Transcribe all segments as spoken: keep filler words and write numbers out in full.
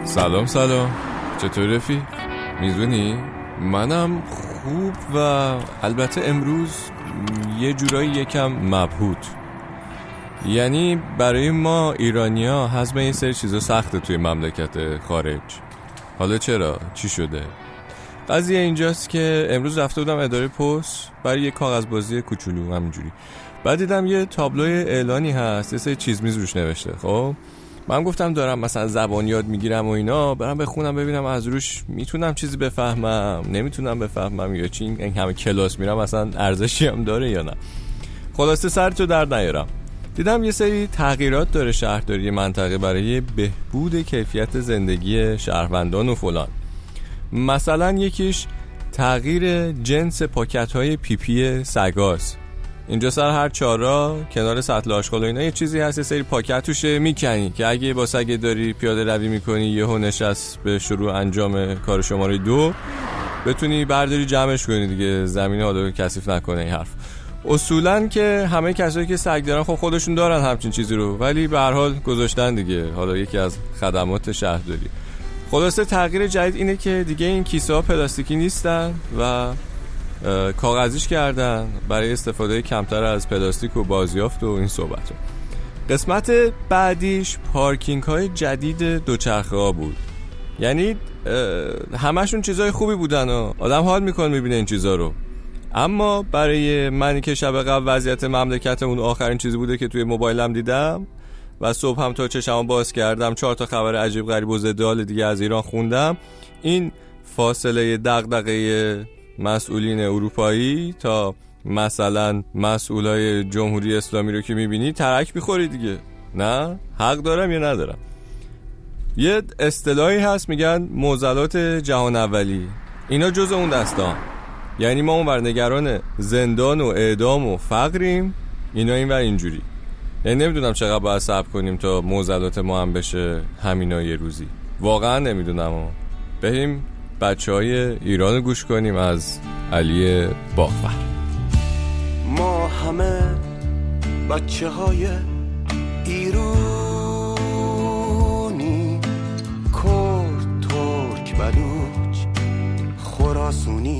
سلام سلام، چطور رفیق؟ میزونی؟ منم خوب و البته امروز یه جورایی یکم مبهوت. یعنی برای ما ایرانیا هضم یه سری چیزا سخته توی مملکت خارج. حالا چرا؟ چی شده؟ قضیه اینجاست که امروز رفته بودم اداره پست برای یه کاغذبازی کوچولو همینجوری. بعد دیدم یه تابلوی اعلانی هست، یه سری چیز میز روش نوشته. خب من گفتم دارم مثلا زبان یاد میگیرم و اینا، برام بخونم ببینم از روش میتونم چیزی بفهمم، نمیتونم بفهمم، یا چی این همه کلاس میرم مثلا ارزشی هم داره یا نه. خلاصه سرتو درد نیارم، دیدم یه سری تغییرات داره شهرداری منطقه برای بهبود کیفیت زندگی شهروندان و فلان. مثلا یکیش تغییر جنس پاکت‌های پیپی سگاست. اینجا سر هر چهارراه کنار سطل آشغال و اینا یه چیزی هست، یه سری پاکت توشه میکنی که اگه با سگ داری پیاده روی میکنی یهو نشست به شروع انجام کار شماره دو بتونی برداری جمعش کنی دیگه، زمین حالا کثیف نکنه. این حرف اصولا که همه کسایی که سگ دارن خب خودشون دارن همچین چیزی رو، ولی به هر حال گذاشتن دیگه، حالا یکی از خدمات شهرداری. خلاصه تغییر جدید اینه که دیگه این کیسه ها پلاستیکی نیستن و کاغذیش کردن برای استفاده کمتر از پلاستیک و بازیافت و این صحبت ها. قسمت بعدیش پارکینگ های جدید دوچرخه ها بود. یعنی همشون چیزای خوبی بودن و آدم حال میکنه میبینه این چیزا رو، اما برای منی که شب قبل وضعیت مملکتمون آخرین چیزی بوده که توی موبایلم دیدم و صبح هم تا چشمو باز کردم چهار تا خبر عجیب غریب و ضد دیگه از ایران خوندم، این فاصله دغدغه مسئولین اروپایی تا مثلا مسئولای جمهوری اسلامی رو که میبینی ترک میخوری دیگه. نه حق دارم یا ندارم؟ یه اصطلاحی هست میگن معضلات جهان اولی، اینا جز اون دستان. یعنی ما اونور نگران زندان و اعدام و فقریم، اینا اینور اینجوری. یعنی نمیدونم چقدر باید صبر کنیم تا معضلات ما هم بشه همینا یه روزی. واقعا نمیدونم. بریم بچه های ایران گوش کنیم از علی باغبر. ما همه بچه های ایرانی، کرد، ترک، بلوچ، خراسونی.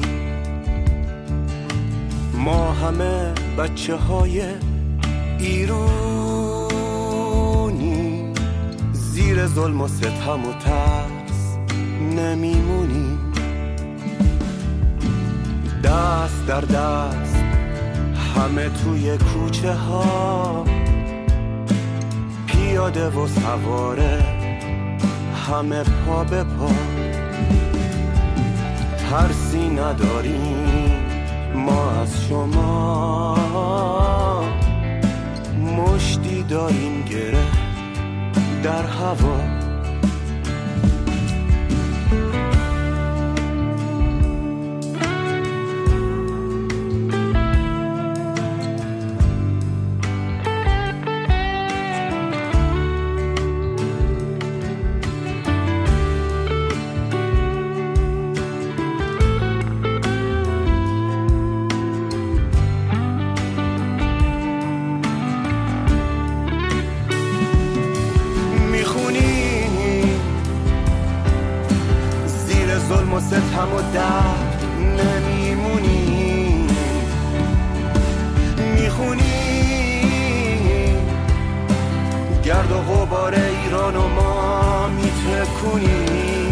ما همه بچه های ایرانی، زیر ظلم و ستم و ترس نمیمونیم. دست در دست همه توی کوچه ها، پیاده و سواره همه پا به پا. ترسی نداریم ما از شما، مشتی داریم گره در هوا. ظلم و ستم و درد نمیمونی، میخونی گرد و غبار ایران و ما میتکونی،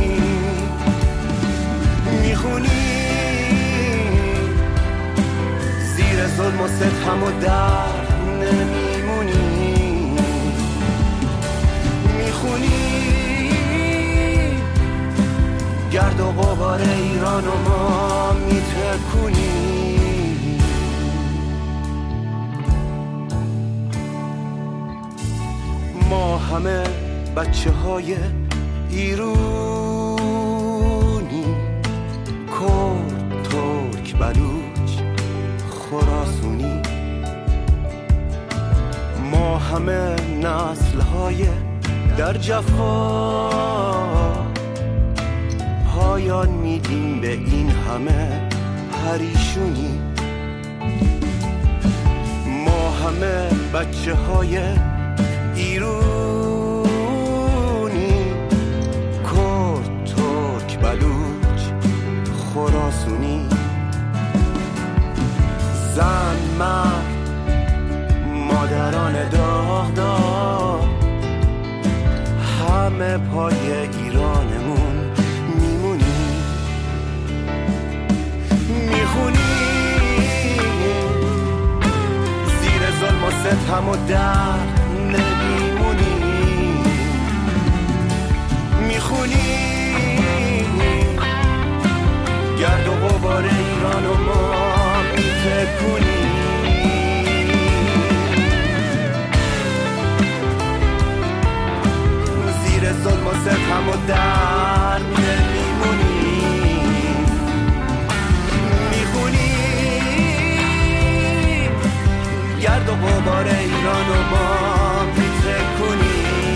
میخونی زیر ظلم و ستم و درد نمیمونی، میخونی گرد و غبار ایران و ما میتکونی. ما همه بچه های ایرانی، کرد، ترک، بلوچ، خراسونی. ما همه نسل های در جفا، پایان میدیم به این همه پریشونی. ما همه بچه های ایرانی، قدم پای ایرانمون میمونی، میخونی زیر ظلم و ستم و درد نمیمونی، میخونی گرد و غبار ایران و ما میتکونی، زیر ظلم و ستم و درد نمیمونی، میخونی گرد و غبار ایران و ما میتکونی.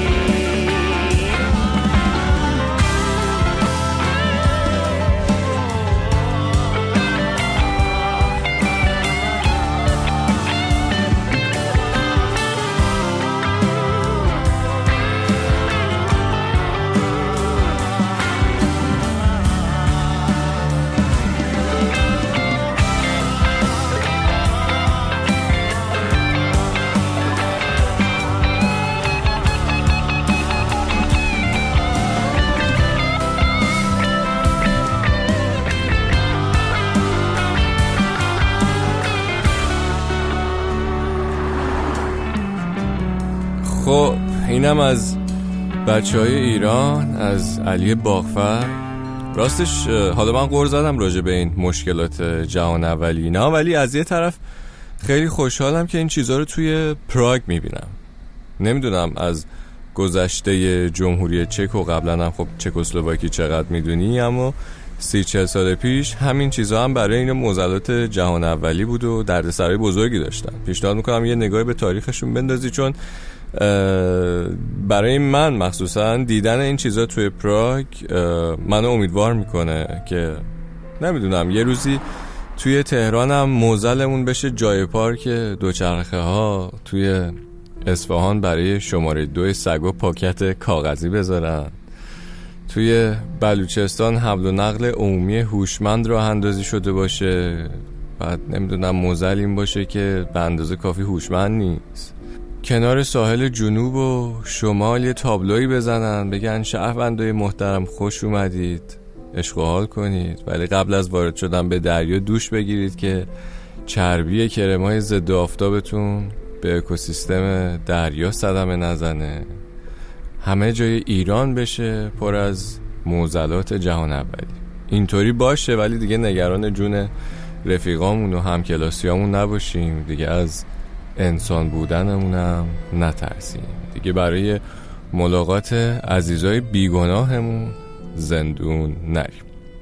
خب اینم از بچه های ایران، از علی باغفر. راستش حالا من قرض زدم راجع به این مشکلات جهان اولی نه، ولی از یه طرف خیلی خوشحالم که این چیزها رو توی پراگ میبینم. نمیدونم از گذشته جمهوری چک و قبلا هم خب چکسلواکی چقدر میدونی، اما سی چل سال پیش همین چیزها هم برای این معضلات جهان اولی بود و دردسرای بزرگی داشتن. پیشنهاد میکنم یه نگاهی به تاریخشون بندازی، چون برای من مخصوصا دیدن این چیزا توی پراگ منو امیدوار میکنه که نمیدونم یه روزی توی تهرانم موزلمون بشه جای پارک دوچرخه ها توی اصفهان برای شماره دو سگو پاکت کاغذی بذارن، توی بلوچستان حمل و نقل عمومی هوشمند راه اندازی شده باشه، بعد نمیدونم موزل این باشه که به اندازه کافی هوشمند نیست، کنار ساحل جنوب و شمال یه تابلوی بزنن بگن شهروندای محترم خوش اومدید، عشق و حال کنید، ولی قبل از وارد شدن به دریا دوش بگیرید که چربی کرمای ضد آفتابتون به اکوسیستم دریا صدمه نزنه، همه جای ایران بشه پر از معضلات جهان اولی. اینطوری باشه ولی دیگه نگران جون رفیقامون و همکلاسیامون نباشیم، دیگه از انسان بودنمونم نترسیم، دیگه برای ملاقات عزیزای بیگناهمون زندون نریم.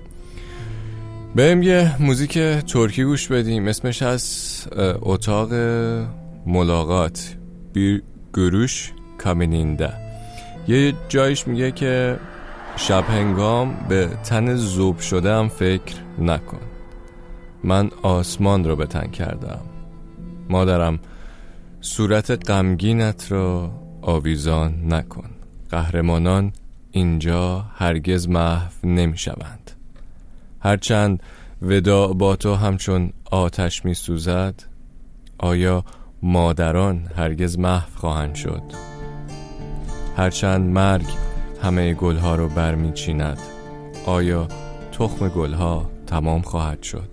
بریم یه موزیک ترکی گوش بدیم، اسمش از اتاق ملاقات، bir görüş kabininde. یه جایش میگه که شب هنگام به تن ذوب شده هم فکر نکن، من آسمان رو به تن کردم، مادرم صورت غمگینت را آویزان نکن، قهرمانان اینجا هرگز محو نمی شوند، هرچند وداع با تو همچون آتش می سوزد، آیا مادران هرگز محو خواهند شد؟ هرچند مرگ همه گلها رو برمی چیند، آیا تخم گلها تمام خواهد شد؟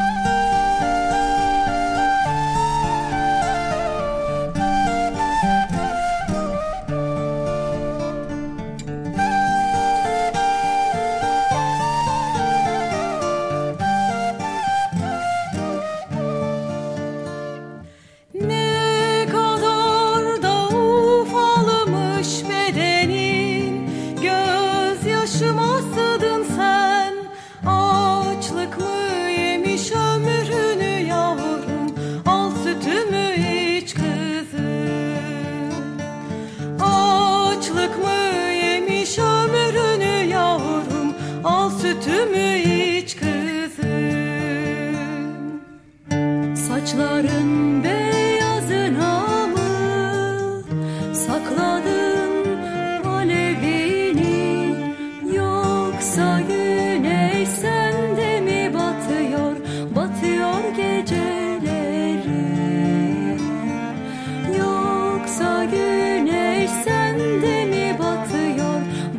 Saçların beyazına mı sakladın alevini, yoksa güneş sende mi batıyor, batıyor geceleri, yoksa güneş sende mi batıyor,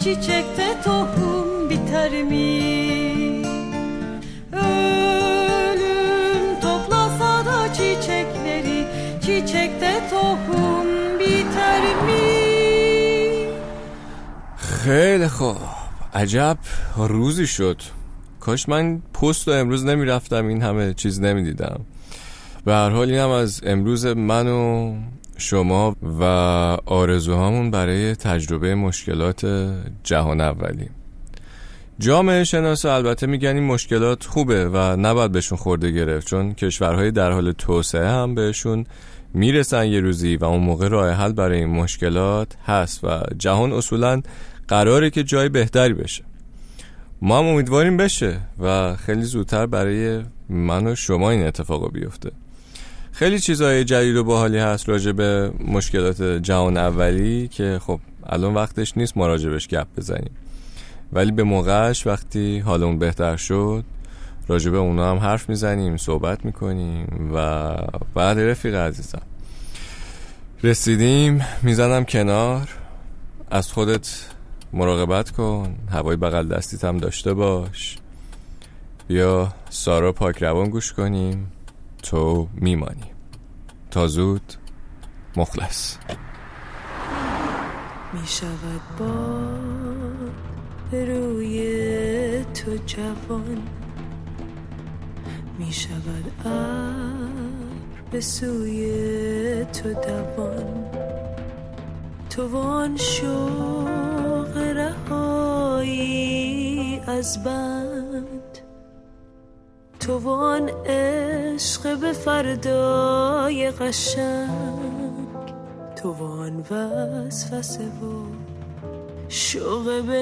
çiçekte tohum biter mi? Ölüm toplasa da çiçekleri, çiçekte tohum biter mi? خیلی خوب، عجب روزی شد. کاش من پست رو امروز نمی رفتم، این همه چیز نمی دیدم. به هر حال این هم از امروز من و شما و آرزوهامون برای تجربه مشکلات جهان اولی. جامعه شناسا البته میگن این مشکلات خوبه و نباید بهشون خورده گرفت، چون کشورهای در حال توسعه هم بهشون میرسن یه روزی و اون موقع راه حل برای این مشکلات هست و جهان اصولاً قراره که جای بهتری بشه. ما هم امیدواریم بشه و خیلی زودتر برای من و شما این اتفاق بیفته. خیلی چیزهای جدید و باحالی هست راجع به مشکلات جهان اولی که خب الان وقتش نیست ما راجع بهش گپ بزنیم، ولی به موقعش وقتی حالمون بهتر شد راجع به اونا هم حرف میزنیم، صحبت میکنیم. و بعد رفیق عزیزم رسیدیم، میزنم کنار. از خودت مراقبت کن، هوای بغل دستیت هم داشته باش. بیا سارا پاک روان گوش کنیم. تو میمانی. تا زود، مخلص. میشود باد روی تو جوان، میشود ابر به سوی تو دوان، تو وان شوق رهایی از بند، تو وان عشق به فردای قشنگ، تو وان وسوسه و شوق به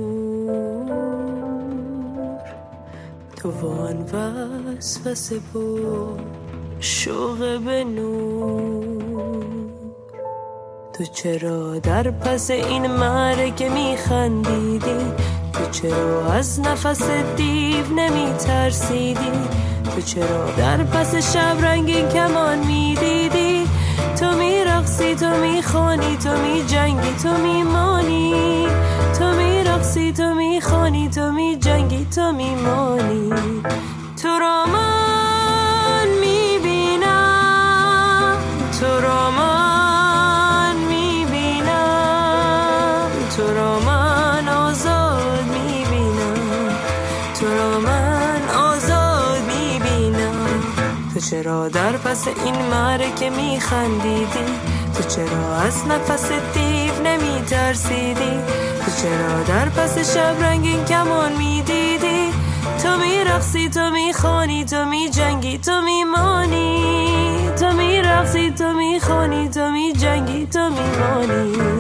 نور، تو وان وسوسه و شوق به نور. تو چرا در پس این مرگ میخندیدی؟ تو چرا از نفس دیو نمی ترسیدی؟ تو چرا در پس شب رنگین کمان میدیدی؟ تو میرقصی، تو میخوانی، تو میجنگی، تو میمانی، تو میرقصی، تو میخوانی، تو میجنگی، تو میمانی. تو را من میبینم، تو را من میبینم، تو را من آزاد میبینم، تو را من آزاد میبینم. تو چرا در پس این مرگ میخندیدی؟ تو چرا از نفس دیو نمی ترسیدی؟ تو چرا در پس شب رنگین کمان میدیدی؟ تو میرقصی، تو میخوانی، تو میجنگی، تو میمانی، تو میرقصی، تو میخوانی، تو میجنگی، تو میمانی.